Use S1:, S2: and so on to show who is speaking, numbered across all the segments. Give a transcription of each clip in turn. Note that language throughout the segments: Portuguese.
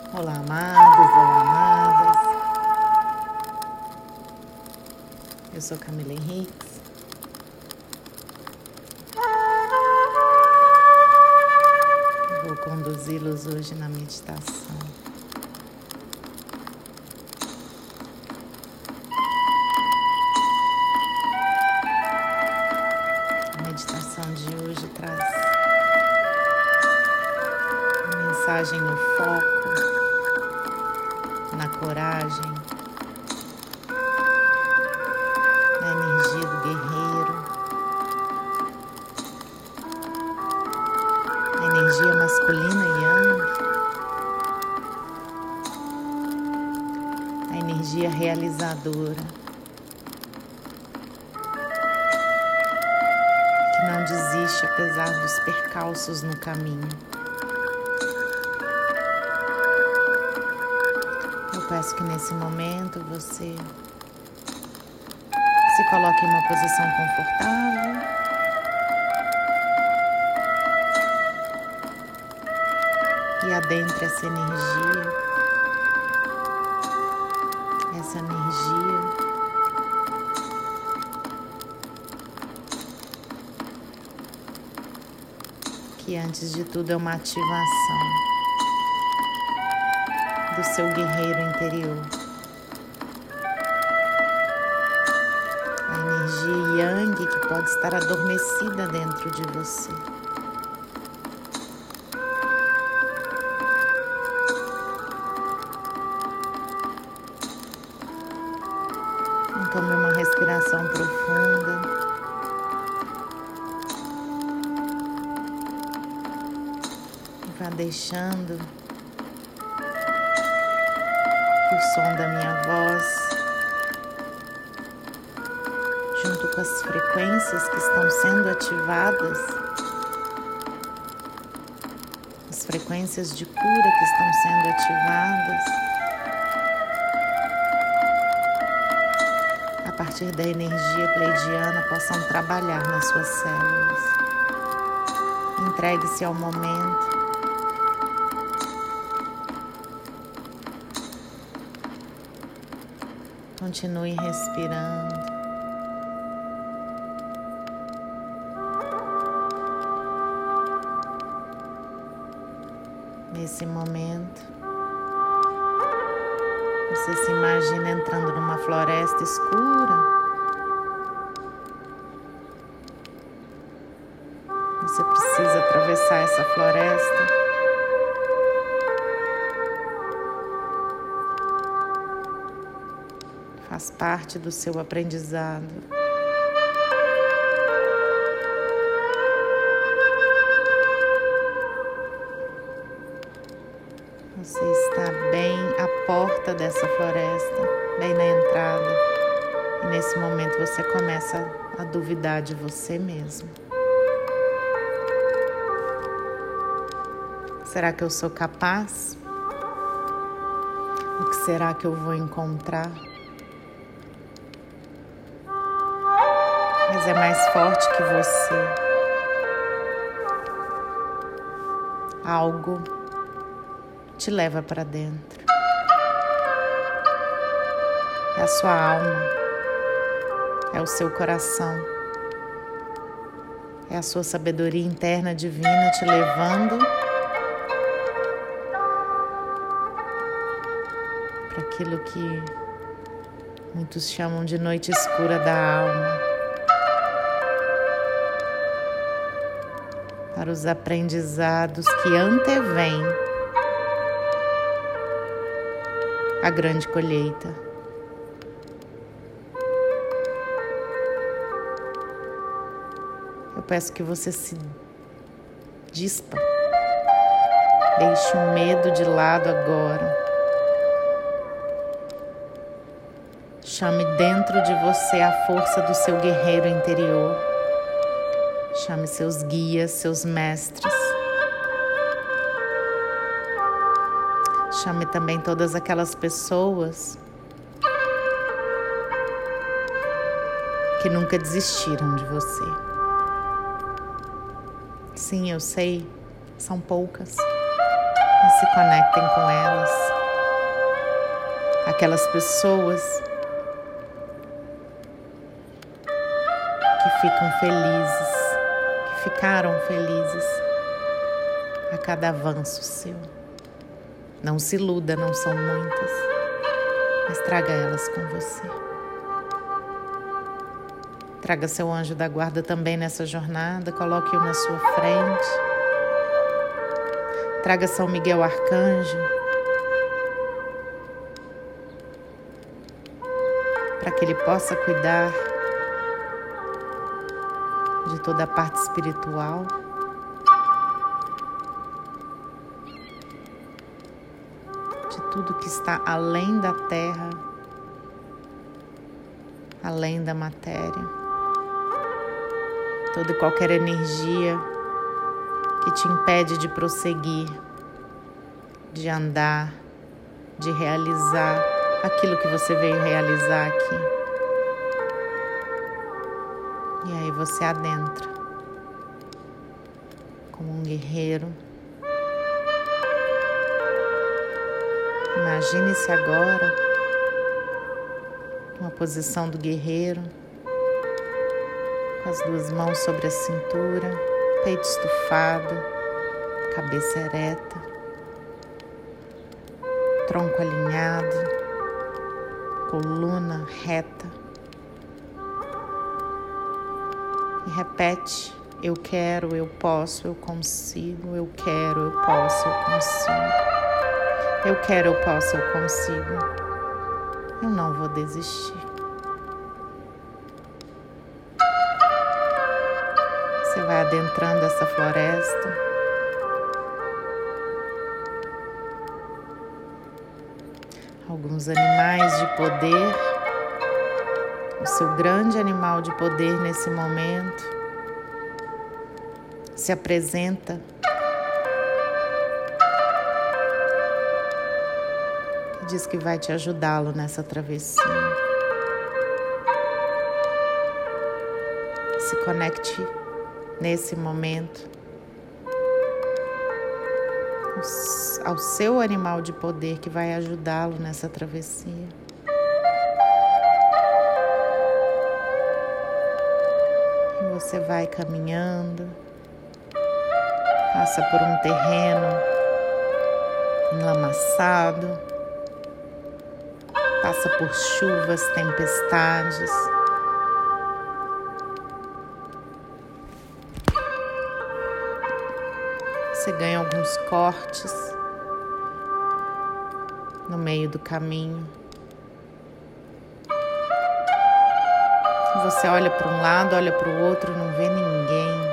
S1: Olá, amados, olá, amadas. Eu sou Camila Henriques. Vou conduzi-los hoje na meditação. A meditação de hoje traz uma mensagem no foco, na coragem, na energia do guerreiro, a energia masculina yang, a energia realizadora, que não desiste apesar dos percalços no caminho. Eu peço que nesse momento você se coloque em uma posição confortável e adentre essa energia que antes de tudo é uma ativação do seu guerreiro interior. A energia yang que pode estar adormecida dentro de você. Tome uma respiração profunda. E vá deixando que o som da minha voz, junto com as frequências que estão sendo ativadas, as frequências de cura que estão sendo ativadas, a partir da energia pleidiana, possam trabalhar nas suas células. Entregue-se ao momento. Continue respirando. Nesse momento, você se imagina entrando numa floresta escura. Você precisa atravessar essa floresta. Faz parte do seu aprendizado. Você está bem à porta dessa floresta, bem na entrada. E nesse momento você começa a duvidar de você mesmo. Será que eu sou capaz? O que será que eu vou encontrar? Mas é mais forte que você. Algo te leva para dentro. É a sua alma, é o seu coração, é a sua sabedoria interna divina te levando para aquilo que muitos chamam de noite escura da alma, para os aprendizados que antevêm a grande colheita. Eu peço que você se dispa, deixe o medo de lado agora. Chame dentro de você a força do seu guerreiro interior. Chame seus guias, seus mestres. Chame também todas aquelas pessoas que nunca desistiram de você. Sim, eu sei, são poucas, mas se conectem com elas. Aquelas pessoas que ficam felizes, que ficaram felizes a cada avanço seu. Não se iluda, não são muitas, mas traga elas com você. Traga seu anjo da guarda também nessa jornada, coloque-o na sua frente. Traga São Miguel Arcanjo, para que ele possa cuidar de toda a parte espiritual. De tudo que está além da terra, além da matéria. Toda e qualquer energia que te impede de prosseguir, de andar, de realizar aquilo que você veio realizar aqui. E aí você adentra como um guerreiro. Imagine-se agora numa posição do guerreiro, com as duas mãos sobre a cintura, peito estufado, cabeça ereta, tronco alinhado, coluna reta. E repete: eu quero, eu posso, eu consigo, eu quero, eu posso, eu consigo. Eu quero, eu posso, eu consigo. Eu não vou desistir. Você vai adentrando essa floresta. Alguns animais de poder. O seu grande animal de poder nesse momento se apresenta e diz que vai te ajudá-lo nessa travessia. Se conecte nesse momento ao seu animal de poder que vai ajudá-lo nessa travessia. E você vai caminhando, passa por um terreno enlamaçado, passa por chuvas, tempestades. Você ganha alguns cortes no meio do caminho. Você olha para um lado, olha para o outro, não vê ninguém.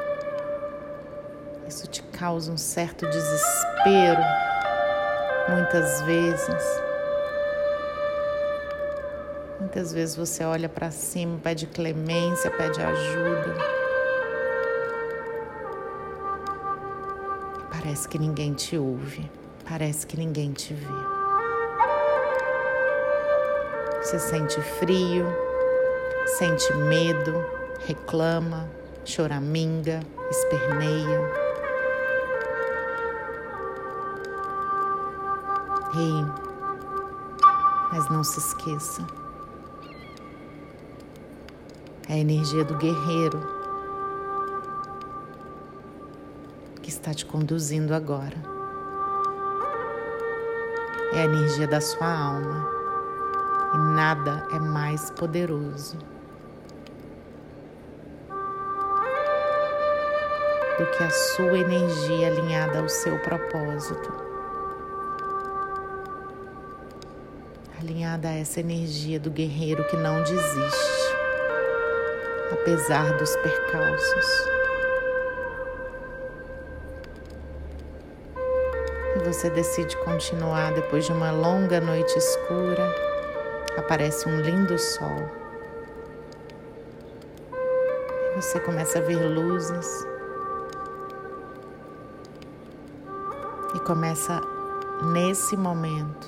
S1: Isso te causa um certo desespero, muitas vezes. Muitas vezes você olha para cima, pede clemência, pede ajuda. Parece que ninguém te ouve, parece que ninguém te vê. Você sente frio, sente medo, reclama, choraminga, esperneia. Ei, mas não se esqueça. É a energia do guerreiro que está te conduzindo agora. É a energia da sua alma. E nada é mais poderoso do que a sua energia alinhada ao seu propósito. Alinhada a essa energia do guerreiro que não desiste, apesar dos percalços. E você decide continuar depois de uma longa noite escura. Aparece um lindo sol. E você começa a ver luzes. E começa, nesse momento,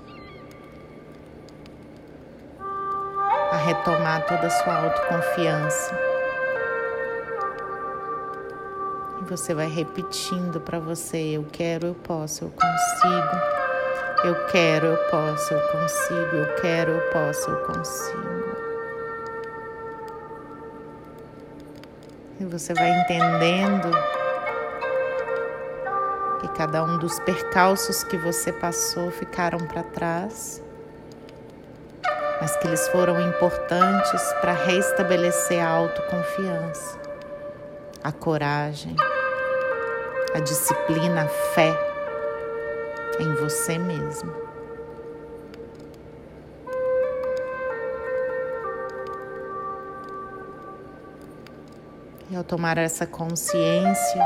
S1: a retomar toda a sua autoconfiança. E você vai repetindo para você: eu quero, eu posso, eu consigo. Eu quero, eu posso, eu consigo. Eu quero, eu posso, eu consigo. E você vai entendendo que cada um dos percalços que você passou ficaram para trás, mas que eles foram importantes para restabelecer a autoconfiança, a coragem, a disciplina, a fé em você mesmo. E ao tomar essa consciência,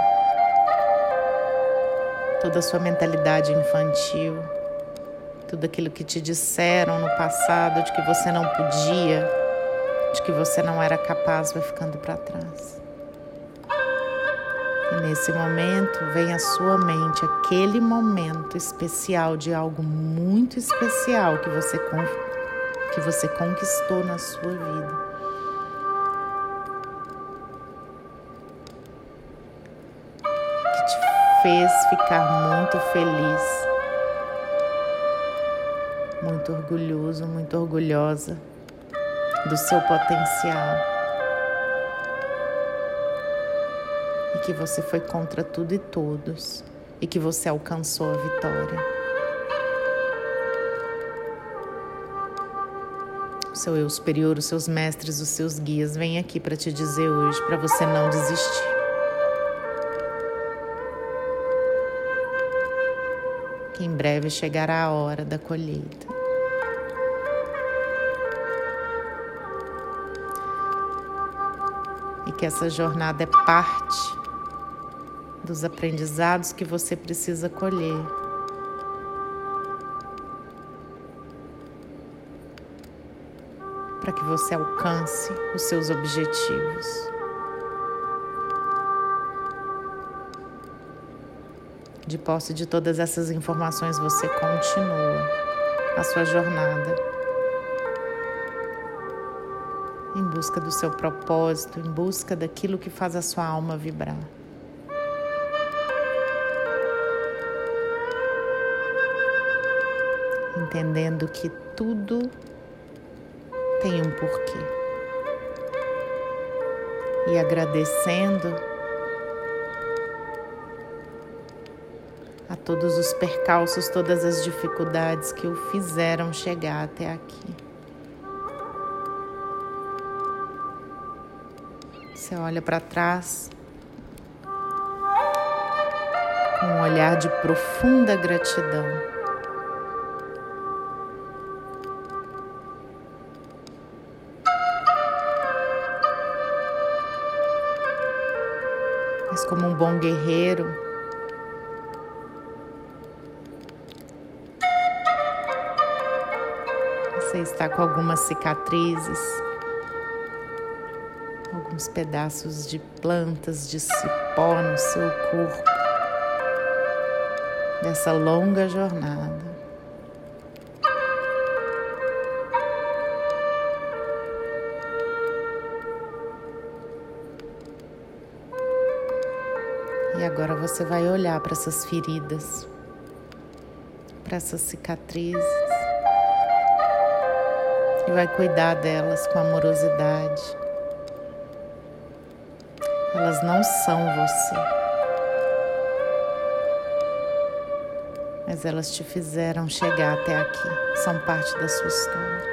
S1: toda a sua mentalidade infantil, tudo aquilo que te disseram no passado de que você não podia, de que você não era capaz, vai ficando para trás. E nesse momento vem à sua mente aquele momento especial de algo muito especial que você conquistou na sua vida. Que te fez ficar muito feliz, muito orgulhoso, muito orgulhosa do seu potencial. E que você foi contra tudo e todos, e que você alcançou a vitória. O seu eu superior, os seus mestres, os seus guias vêm aqui para te dizer hoje, para você não desistir. Que em breve chegará a hora da colheita. E que essa jornada é parte dos aprendizados que você precisa colher. Para que você alcance os seus objetivos. De posse de todas essas informações, você continua a sua jornada em busca do seu propósito, em busca daquilo que faz a sua alma vibrar. Entendendo que tudo tem um porquê. E agradecendo a todos os percalços, todas as dificuldades que o fizeram chegar até aqui. Você olha para trás com um olhar de profunda gratidão. Mas como um bom guerreiro, você está com algumas cicatrizes, alguns pedaços de plantas, de cipó no seu corpo, dessa longa jornada. E agora você vai olhar para essas feridas, para essas cicatrizes e vai cuidar delas com amorosidade. Elas não são você, mas elas te fizeram chegar até aqui, são parte da sua história.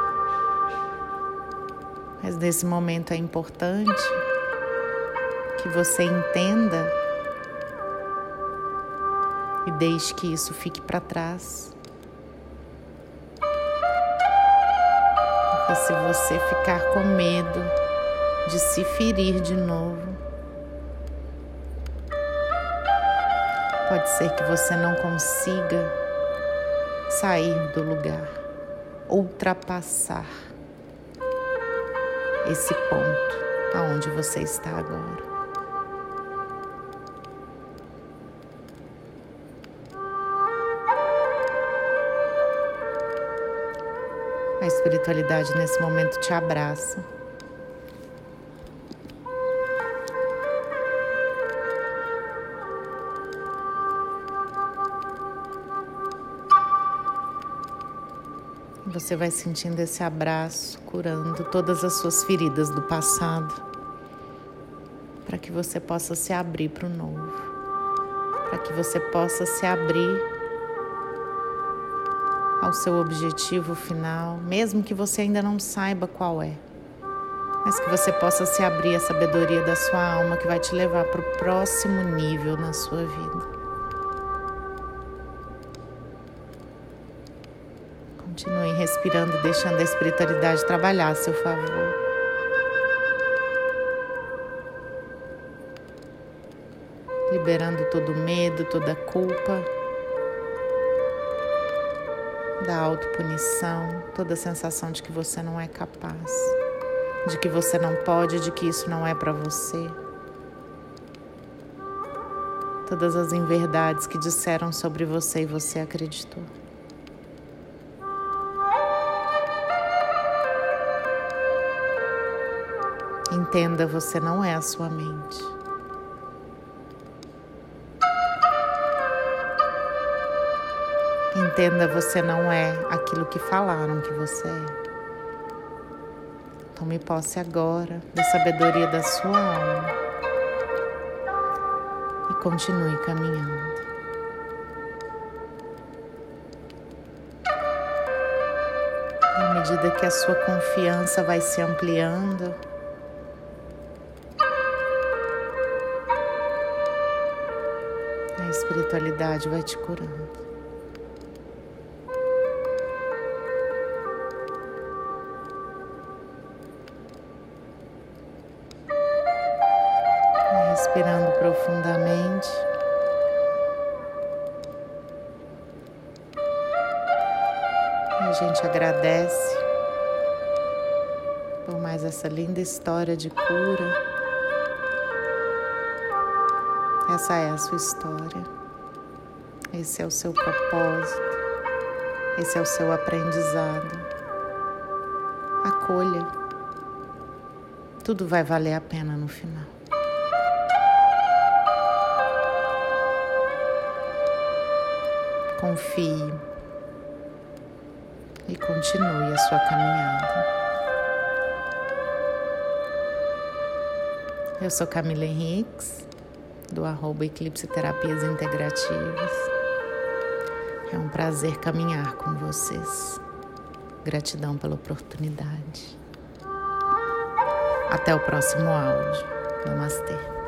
S1: Mas nesse momento é importante que você entenda e deixe que isso fique para trás. Porque se você ficar com medo de se ferir de novo, pode ser que você não consiga sair do lugar, ultrapassar esse ponto aonde você está agora. A espiritualidade nesse momento te abraça. Você vai sentindo esse abraço, curando todas as suas feridas do passado, para que você possa se abrir para o novo, para que você possa se abrir ao seu objetivo final, mesmo que você ainda não saiba qual é, mas que você possa se abrir à sabedoria da sua alma, que vai te levar para o próximo nível na sua vida. Continue respirando e deixando a espiritualidade trabalhar a seu favor. Liberando todo o medo, toda a culpa, da autopunição, toda a sensação de que você não é capaz, de que você não pode, de que isso não é para você. Todas as inverdades que disseram sobre você e você acreditou. Entenda, você não é a sua mente. Entenda, você não é aquilo que falaram que você é. Tome posse agora da sabedoria da sua alma e continue caminhando. E à medida que a sua confiança vai se ampliando, a espiritualidade vai te curando. Respirando profundamente. A gente agradece por mais essa linda história de cura. Essa é a sua história. Esse é o seu propósito. Esse é o seu aprendizado. Acolha. Tudo vai valer a pena no final. Confie e continue a sua caminhada. Eu sou Camila Henriques, do @Eclipse Terapias Integrativas. É um prazer caminhar com vocês. Gratidão pela oportunidade. Até o próximo áudio. Namastê.